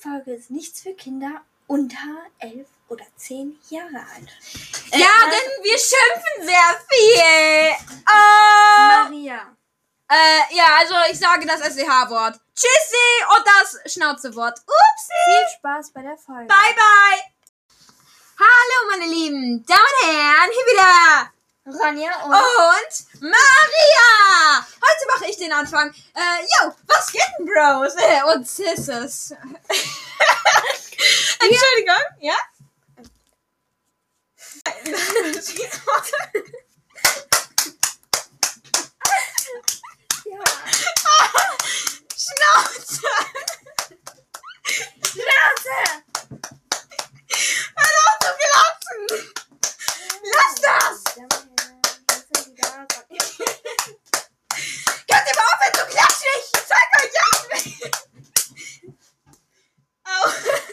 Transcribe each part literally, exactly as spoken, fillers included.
Folge ist nichts für Kinder unter elf oder zehn Jahre alt. Äh, ja, denn wir schimpfen sehr viel. Oh. Maria. Äh, ja, also ich sage das S C H-Wort. Tschüssi und das Schnauzewort. Upsi. Viel Spaß bei der Folge. Bye, bye. Hallo, meine lieben Damen und Herren. Hier wieder Ronja und, und Maria. Heute mache ich den Anfang. Äh, yo, was geht denn, Bros? Äh, und Sisters. Entschuldigung, ja? ja. Schnauze! Schnauze! Hör auf zu klatschen! Lass das! Könnt ihr mal aufhören zu klatschen? Ich zeig euch an! Au!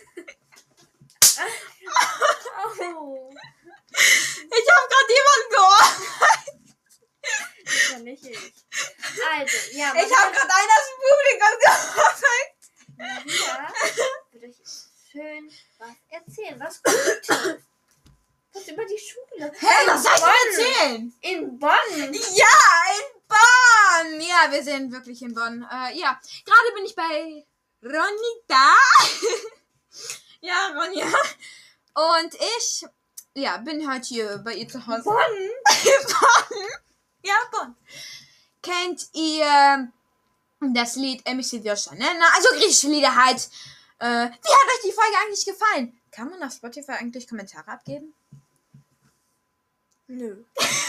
Oh. Ich hab grad jemanden geohrfeigt! Das war nicht ich. Also, ja. Ich hab grad einen aus dem Publikum geohrfeigt! Maria wird euch schön was erzählen. Was Gutes. Was über die Schule. Hey, was soll ich Bonn. denn erzählen? In Bonn. Ja, in Bonn! Ja, wir sind wirklich in Bonn. Äh, ja, gerade bin ich bei Ronita. Ja, Ronja. Und ich, ja, bin halt hier bei ihr zu Hause. Bonn? Bonn? Ja, Bonn. Kennt ihr das Lied Emici Vioschanena? Also griechische Lieder halt. Äh, wie hat euch die Folge eigentlich gefallen? Kann man auf Spotify eigentlich Kommentare abgeben? Nö.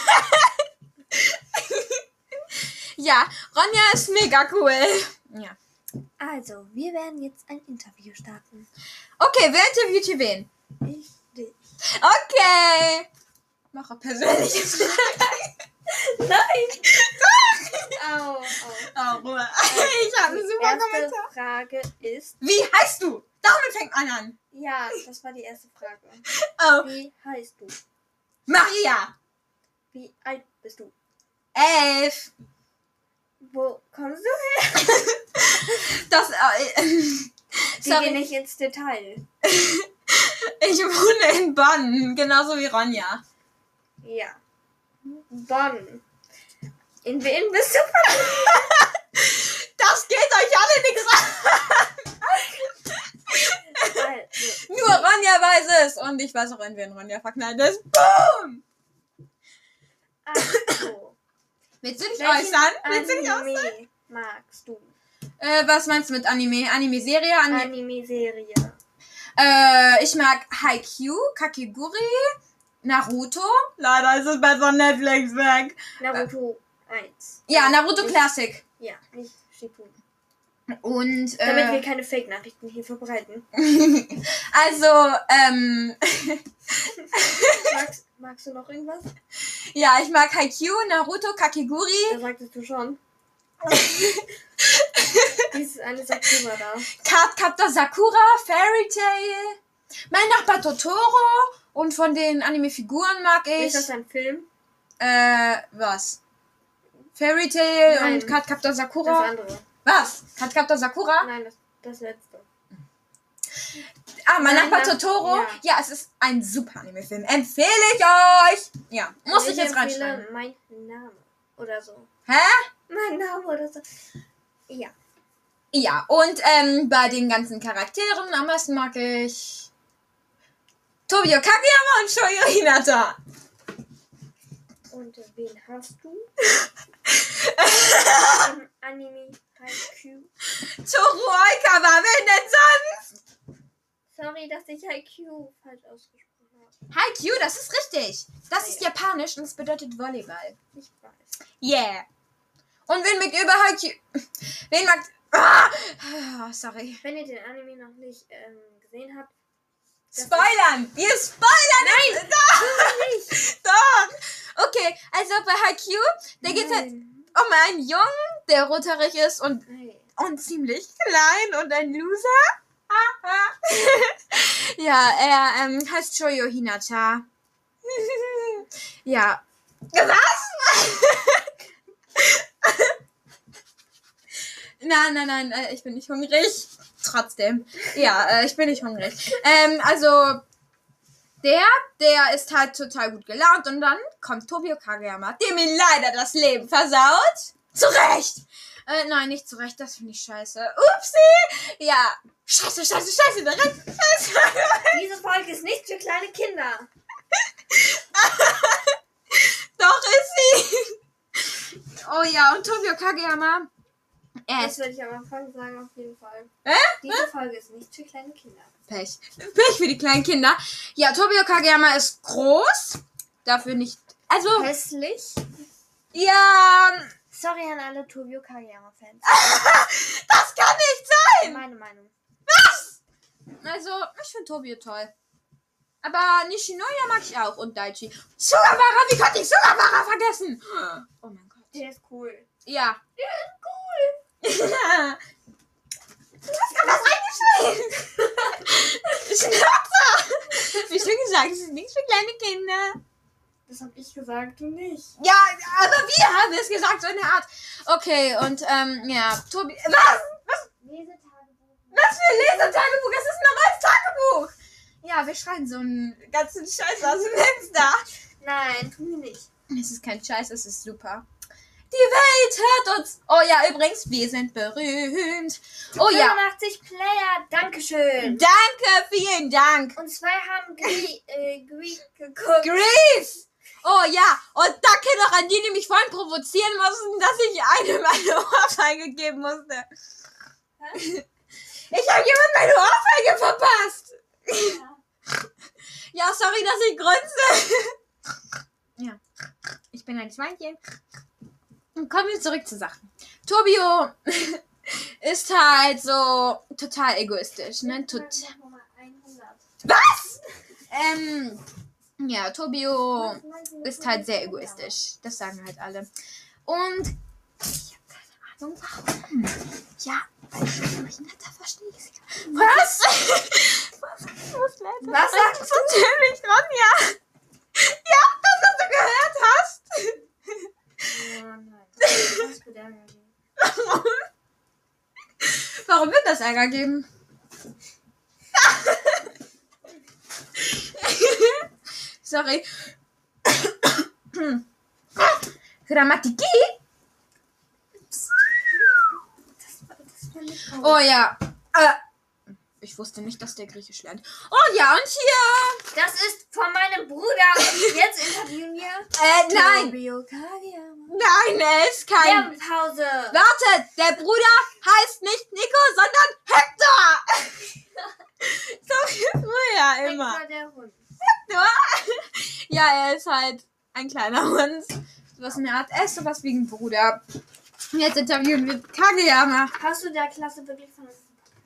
Ja, Ronja ist mega cool. Ja. Also, wir werden jetzt ein Interview starten. Okay, wer interviewt hier wen? Ich, dich. Okay. Mach auch persönliches. Nein! Doch! Au, au. Oh, Ruhe. Ich habe einen Die super erste Kommentar. Frage ist... Wie heißt du? Damit fängt man an. Ja, das war die erste Frage. Oh. Wie heißt du? Maria. Wie alt bist du? Elf. Wo kommst du her? Das, äh, Wir sorry. gehen nicht ins Detail. Ich wohne in Bonn, genauso wie Ronja. Ja. Bonn. In wen bist du verliebt? Das geht euch alle nichts an. Also, Nur Ronja weiß es. Und ich weiß auch, in wen Ronja verknallt ist. Boom! also. Willst du dich Welchen äußern? Willst du dich äußern? Anime magst du? Äh, was meinst du mit Anime? Anime-Serie? Anime Anime-Serie. äh, ich mag Haikyuu, Kakegurui, Naruto. Leider ist es bei so Netflix weg. Naruto eins. Ja, Naruto Nicht- Classic. Ja, nicht Shippuden. Und, äh, Damit wir keine Fake-Nachrichten hier verbreiten. also, ähm, Magst, magst du noch irgendwas? ja, ich mag Haikyuu, Naruto, Kakegurui. Da sagtest du schon. Dies ist eine Sakura da. Card Captor Sakura, Fairy Tail, mein Nachbar Totoro und von den Anime-Figuren mag ich. Ist das ein Film? Äh, was? Fairy Tail Nein. und Card Captor Das Sakura? andere. Was? Card Captor Sakura? Nein, das, das letzte. Ah, mein Nein, Nachbar das- Totoro? Ja. ja. es ist ein super Anime-Film. Empfehle ich euch! Ja, muss ich jetzt empfehle reinschreiben. Mein Name oder so. Hä? Mein Name oder so. Ja. Ja, und ähm, bei den ganzen Charakteren am meisten mag ich Tobio Kageyama und Shoyo Hinata. Und wen hast du? Im Anime Haikyuu. Toru Oikawa, wen denn sonst? Sorry, dass ich Haikyuu falsch ausgesprochen habe. Haikyuu, das ist richtig. Das Ah, ist ja. japanisch und es bedeutet Volleyball. Ich weiß. Yeah. Und wen mag über Haikyuu? Wen mag... Ah! Ah, sorry. Wenn ihr den Anime noch nicht ähm, gesehen habt. das Spoilern! Wir spoilern! Nein! Doch! nicht. Doch! Okay, also bei Haikyuu, da geht es halt Nein. um einen Jungen, der rothaarig ist und, Nein. und ziemlich klein und ein Loser. Ah, ah. Ja, er ähm, heißt Shoyo Hinata. Ja. Was? Nein, nein, nein, äh, ich bin nicht hungrig. trotzdem. Ja, äh, ich bin nicht hungrig. Ähm, also, der, der ist halt total gut gelaunt und dann kommt Tobio Kageyama, dem ihn leider das Leben versaut. Zu Recht! Äh, nein, nicht zu Recht, das finde ich scheiße. Upsi! Ja, scheiße, scheiße, scheiße, der rennt. Scheiße. Diese Folge ist nicht für kleine Kinder. Doch ist sie! Oh ja, und Tobio Kageyama, er Das ist würde ich am Anfang sagen, auf jeden Fall. Hä? Diese Folge ist nicht für kleine Kinder. Pech. Pech für die kleinen Kinder. Ja, Tobio Kageyama ist groß. Dafür nicht. Also, Hässlich. ja. Sorry an alle Tobio Kageyama-Fans. Das kann nicht sein! Meine Meinung. Was? Also, ich finde Tobio toll. Aber Nishinoya mag ich auch. Und Daichi. Sugawara, wie konnte ich Sugawara vergessen? Oh mein Gott. Der ist cool. Ja. Der ist cool. Ja. Du hast gerade was reingeschrieben. Schnauze. Wie schon gesagt, es ist nichts für kleine Kinder. Das habe ich gesagt, du nicht. Ja, aber wir haben es gesagt, so in der Art. Okay, und, ähm, ja, Tobi... Was? Was? Lesetagebuch. Was für ein Lesetagebuch? Es ist ein normales Tagebuch. Ja, wir schreien so einen ganzen Scheiß aus dem Fenster. Nein, tun wir nicht. Es ist kein Scheiß, es ist super. Die Welt hört uns. Oh ja, übrigens, wir sind berühmt. Oh ja. fünfundachtzig Player, dankeschön. Danke, vielen Dank. Und zwei haben Gre äh, Greek geguckt. Grease. Oh ja, und danke noch an die, die mich vorhin provozieren mussten, dass ich einem eine Ohrfeige geben musste. Hä? Ich habe jemand meine Ohrfeige verpasst. Ja. Ja, sorry, dass ich grunze. Ja, ich bin ein Schweinchen. Und kommen wir zurück zur Sache. Tobio ist halt so total egoistisch, ne? Total. Was? Ähm, ja, Tobio ist halt sehr egoistisch. Das sagen halt alle. Und ich habe keine Ahnung, warum. Ja, weil ich bin netter, verstehe ich es. Was? Was? Was, Was sagst du? Natürlich, Ronja. Ja, das, was du gehört hast. Oh nein. Das wird Ärger geben. Warum? Warum wird das Ärger geben? Sorry. Grammatiki? Das war, das war nicht Oh ja. Äh, ich wusste nicht, dass der Griechisch lernt. Oh ja, und hier. Das ist von meinem Bruder. Und jetzt interviewen wir. Äh, nein. Tobio Kageyama. Nein, er ist kein... Werbepause. Warte, der Bruder heißt nicht Nico, sondern Hector. So wie früher immer. Hector der Hund. Hector? Ja, er ist halt ein kleiner Hund. Was in der Art. Er ist sowas wie ein Bruder. Jetzt interviewen wir Kageyama. Hast du der Klasse wirklich von uns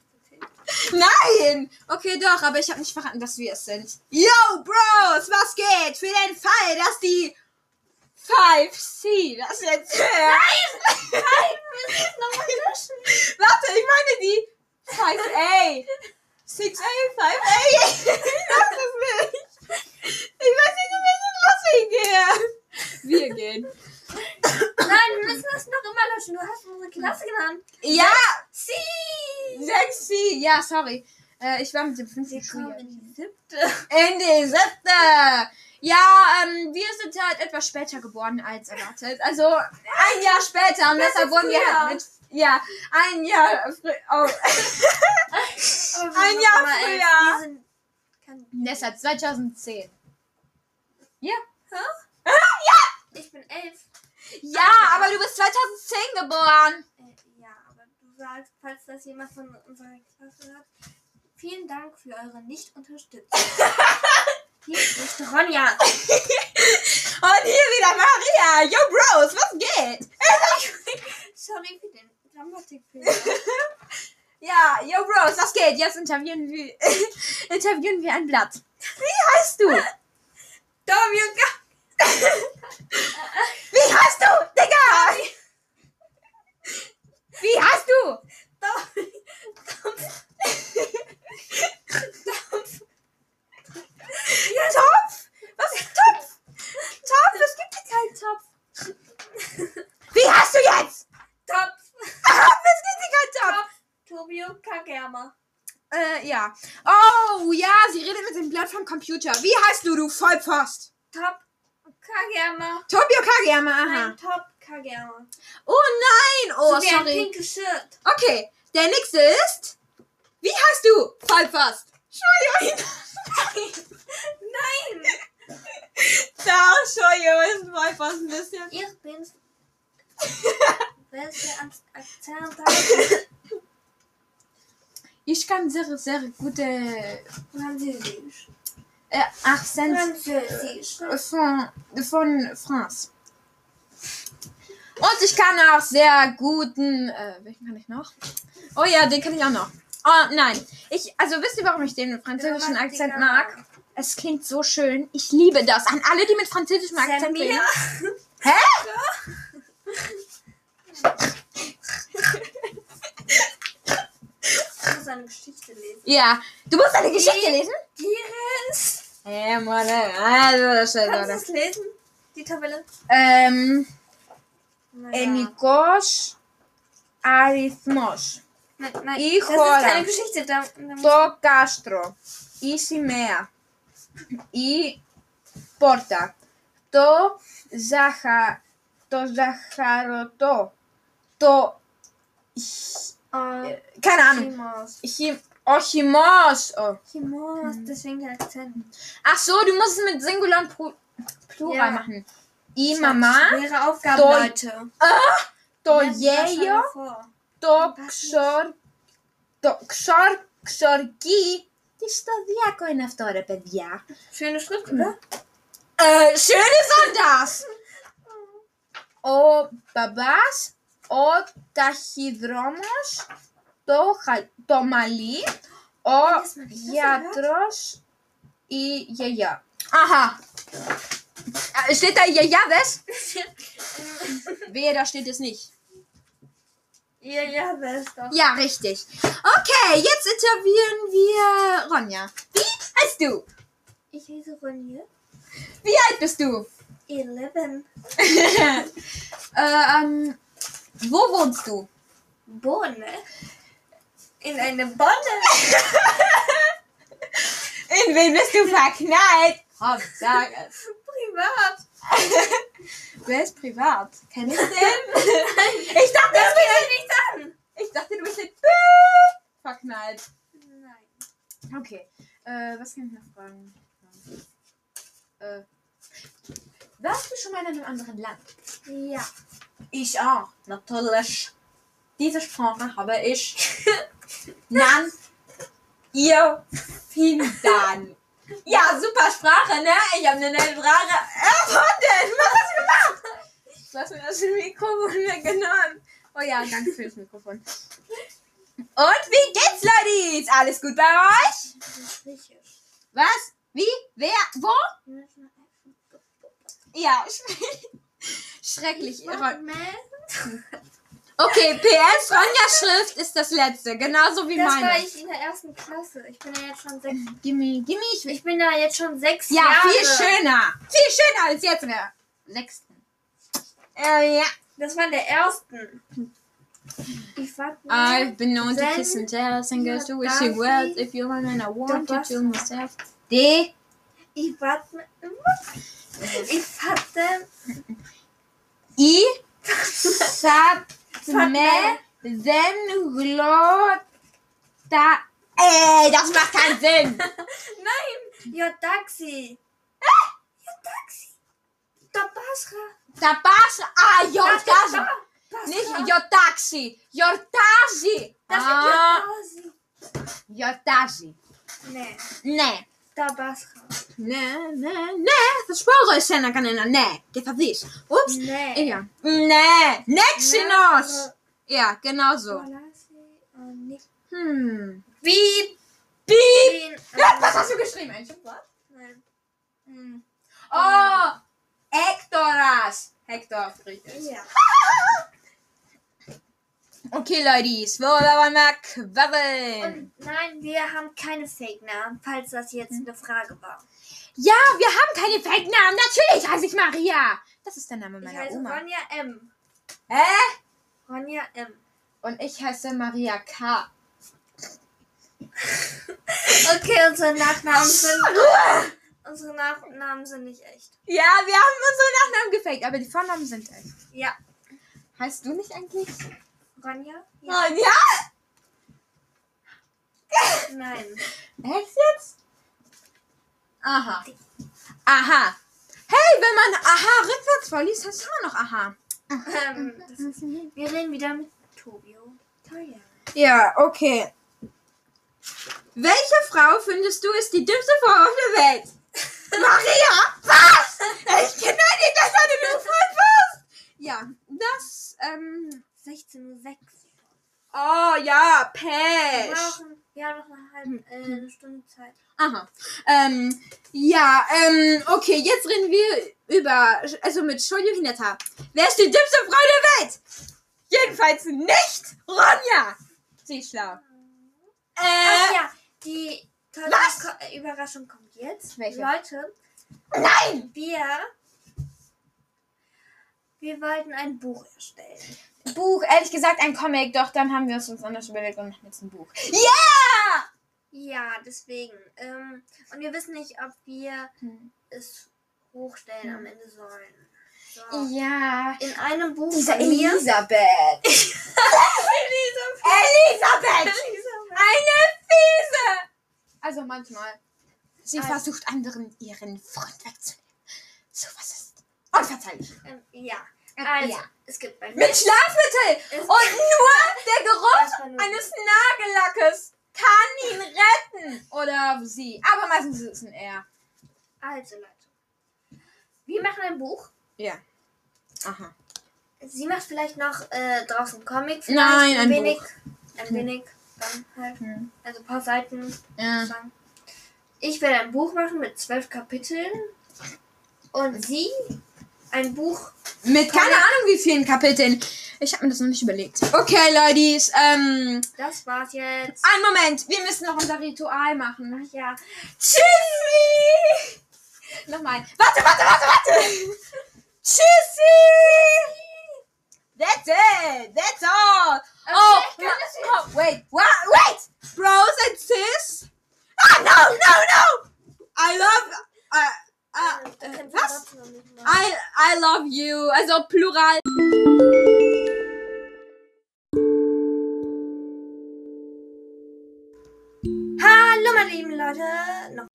Nein! Okay, doch, aber ich habe nicht verraten, dass wir es sind. Yo, Bros, was geht? Für den Fall, dass die fünf C das jetzt hört. Nein! Nein! Wir müssen es nochmal löschen. Warte, ich meine die fünf A. sechs A, fünf A. Ich weiß es nicht. Ich weiß nicht, in welche Klasse ich gehe. Wir gehen. Nein, wir müssen das noch immer löschen. Du hast unsere Klasse genannt. Ja! Sie! sechs C. Ja, sorry. Äh, ich war mit dem fünften Wir kommen Schuljahr. in die siebte. In die siebte. Ja, ähm, wir sind halt etwas später geboren als erwartet. Also ein Jahr später und Das deshalb ist wurden wir früher. halt mit. Ja, ein Jahr früher. Oh. Aber wir Ein sind Jahr immer elf. früher. Wir sind- kann- Deshalb zweitausendzehn. Ja. Hä? Ich bin elf. Ja, aber du bist zweitausendzehn geboren. Äh, ja, aber du sagst, falls das jemand von unserer Klasse hat, vielen Dank für eure Nicht-Unterstützung. Hier ist Ronja. Und hier wieder Maria. Yo, Bros, was geht? Sorry für den Grammatikfehler. Ja, yo, Bros, was geht? Jetzt interviewen wir, interviewen wir ein Blatt. Wie heißt du? Domioka. Wie heißt du, Digga? Wie heißt du? Topf? Was ist Topf? Topf? Es gibt hier keinen Topf. Wie heißt du jetzt? Topf. Es gibt hier keinen Topf. Tobio Tobio Kageyama. Äh, ja. Oh, ja, sie redet mit dem Blatt vom Computer. Wie heißt du, du Vollpfost? Top Kageyama. Tobio Kageyama, aha. Nein, Top Kageyama. Oh nein, oh, so wie ein sorry. pinkes Shirt. Okay, der nächste ist... Wie heißt du? Vollpfost. Shoyo. Nein. Da, Shoyo ist Vollpfost ein bisschen. Ich bin's. Welche Akzent hat? Ich kann sehr, sehr gute Französisch. äh, Akzent Französisch. von, von France. Und ich kann auch sehr guten... Äh, welchen kann ich noch? Oh ja, den kann ich auch noch. Oh nein. Ich, also wisst ihr, warum ich den französischen Akzent mag? Es klingt so schön. Ich liebe das. An alle, die mit französischem Akzent reden. Hä? Ich muss eine Geschichte lesen. Ja. Du musst eine Geschichte lesen? Iris. Ja, Mann. Also, das ist Kannst du es lesen? Die Tabelle? Ähm, Naja. Enikos Arithmos. Nein, nein. Ich das ist hole. keine Geschichte. Da, da muss Το κάστρο. Η σημαία. Η πόρτα. Το ζάχα. Το ζαχαρωτό. Το... äh, Keine Ahnung. Chimos. Chim oh, Chimos. Oh. Chimos, deswegen der Akzent. Ach so, du musst es mit Singular und Plu- Plural Ja. machen. I Mama. Schwere Aufgaben, Doi- Leute. Το Lesen wir schon γέλιο. mal vor. Το ξορ... Το ξορ... Ξορκί. Τι σταδιακό είναι αυτό, ρε παιδιά. Schöne Schrift, oder? Äh, schön ist auch das. Ο μπαμπάς, ο ταχυδρόμος, το, χα... το μαλλί, ο das mal, wie hast du γιατρός, η γιαγιά. Aha. Äh, Steht da Jaja, was? Wehe, da steht es nicht. Ja, ja, wer ist doch. Ja, richtig. Okay, jetzt interviewen wir Ronja. Wie heißt du? Ich heiße Ronja. Wie alt bist du? elf. äh, ähm, wo wohnst du? Bohne. In eine Bonne. In wen bist du verknallt? Komm, sag es. Privat. Wer ist privat? Kenn ich den? Ich dachte, Das du geht bist ja nicht an. ich dachte, du bist jetzt verknallt. Nein. Okay. Äh, was kann ich noch fragen? Äh, warst du schon mal in einem anderen Land? Ja. Ich auch, natürlich. Diese Sprache habe ich Nan ihr finden. Ja, super Sprache, ne? Ich habe eine neue Sprache erfunden. Was hast du gemacht? Du hast mir das Mikrofon weggenommen. Oh ja, danke fürs Mikrofon. Und wie geht's, Leute? Alles gut bei euch? Das ist griechisch. Was? Wie? Wer? Wo? Ja, sch- schrecklich. Okay, P S, Ronjas Schrift ist das letzte, genauso wie Das war meine. ich in der ersten Klasse. Ich bin ja jetzt schon sechs. Gimme, gimme, ich will. Ich bin da jetzt schon sechs Ja, Jahre. viel schöner. Viel schöner als jetzt in der sechsten. Äh, ja. Das war in der ersten. Ich warte I've been known to Then kiss and tell, singers to you wishing dance words. me. If you want and I want Du you to warst- myself. D. Ich warte. Ich warte. I. Sat. Me. Then glota. Ey, das macht keinen Sinn. Nein! Ja, Taxi! Ja, Taxi! Tabasra! Tabasco. Ah, Jortazi. Nicht Nicht Jotaxi. Jortazi. Das Ah, ist Jortazi! Jortazi. Nee, Ναι. Tabasra. Ναι, ναι, ναι. Θα σου πω εγώ εσένα κανένα ναι. Και θα δεις. Ούψ. Nee. Ja. Ναι. Ναι, ξινός. Ja, genau so. Tabasra und nicht. Hm. Piep! Piep. Den, Ja, ähm, was hast du geschrieben? Ein Schimpfwort? Nein. Hm. Oh. Hektoras. Hektor auf Griechisch. Ja. Okay, Leute. Wo wollen wir quabbeln? Und nein, wir haben keine Fake-Namen, falls das jetzt eine Frage war. Ja, wir haben keine Fake-Namen. Natürlich heiße ich Maria. Das ist der Name Ich meiner heiße Oma. Ronja M. Hä? Ronja M. Und ich heiße Maria K. Okay, unsere Nachnamen sind. Ruhe! Unsere Nachnamen sind nicht echt. Ja, wir haben unsere Nachnamen gefaked, aber die Vornamen sind echt. Ja. Heißt du nicht eigentlich? Ronja? Ja. ja? Nein. Echt jetzt? Aha. Aha. Hey, wenn man aha rückwärts vorliest, heißt es immer noch aha. Ähm, das ist, wir reden wieder mit Tobio. Toya. Ja, okay. Welche Frau findest du ist die dümmste Frau auf der Welt? Maria! Was? Ich kenne nicht, dass du nur voll bist! Ja, das, ähm... sechzehn Uhr sechs. Oh, ja, Wir, Pech. brauchen, wir haben noch eine halbe äh, eine Stunde Zeit. Aha. Ähm, ja, ähm, okay, jetzt reden wir über, also mit Shoujo Hinata. Wer ist die dümmste Frau der Welt? Jedenfalls nicht Ronja. Sie ist schlau. Äh, Ach ja, die tolle was? Ko äh, Überraschung kommt jetzt. Welche? Leute, nein! wir, wir wollten ein Buch erstellen. Buch, ehrlich gesagt ein Comic, doch dann haben wir es uns anders überlegt und machen jetzt ein Buch. Ja! Ja, deswegen. Ähm, und wir wissen nicht, ob wir Hm. es hochstellen am Ende sollen. So. Ja. In einem Buch Diese von mir. Elisabeth. Elisabeth! Eine Fiese! Also manchmal. Sie Also- versucht anderen ihren Freund wegzunehmen. Sowas ist unverzeihlich. Ähm, ja. Ähm, Also, ja. es gibt bei mir. Mit Schlafmittel! Es- Und nur der Das Geruch war nur- eines Nagellackes kann ihn retten. Oder sie. Aber meistens ist es ein Er. Also, Leute. Wir machen ein Buch. Ja. Aha. Sie macht vielleicht noch äh, draußen Comics. Nein, ein wenig. Buch. Ein Hm. wenig. Dann halt. Hm. Also ein paar Seiten. Ja. sozusagen. Ich werde ein Buch machen mit zwölf Kapiteln. Und sie ein Buch. Mit keine Ahnung wie vielen Kapiteln. Ich habe mir das noch nicht überlegt. Okay, Leute. Ähm, Das war's jetzt. einen Moment. Wir müssen noch unser Ritual machen. Ja. Tschüssi! Nochmal. Warte, warte, warte, warte! Tschüssi! That's it! That's all! Oh, Okay, kann das oh, wait, what, wait! Bros and sis? Ah, no, no, no! I love, uh, uh, Du kannst was? das trotzdem noch nicht machen. I, I love you, also Plural. Hallo meine lieben Leute. Noch.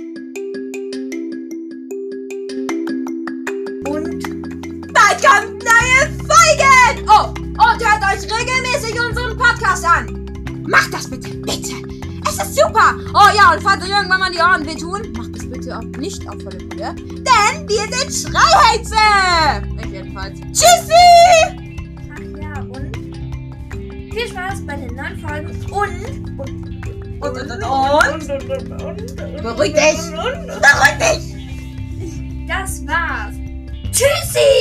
Und Bald kommt neue Folgen! Oh, und hört euch regelmäßig unseren Podcast an. Macht das bitte, bitte. Es ist super. Oh ja, und falls euch irgendwann mal die Ohren wehtun, macht das bitte auch nicht auf volle Pulle. Denn wir sind Schreihälse. Ich jedenfalls. Tschüssi! ach ja, und viel Spaß bei den neuen Folgen und und Und, und, und, und. und, und, und, und, Beruhig dich. Beruhig dich. Das war's. Tschüssi!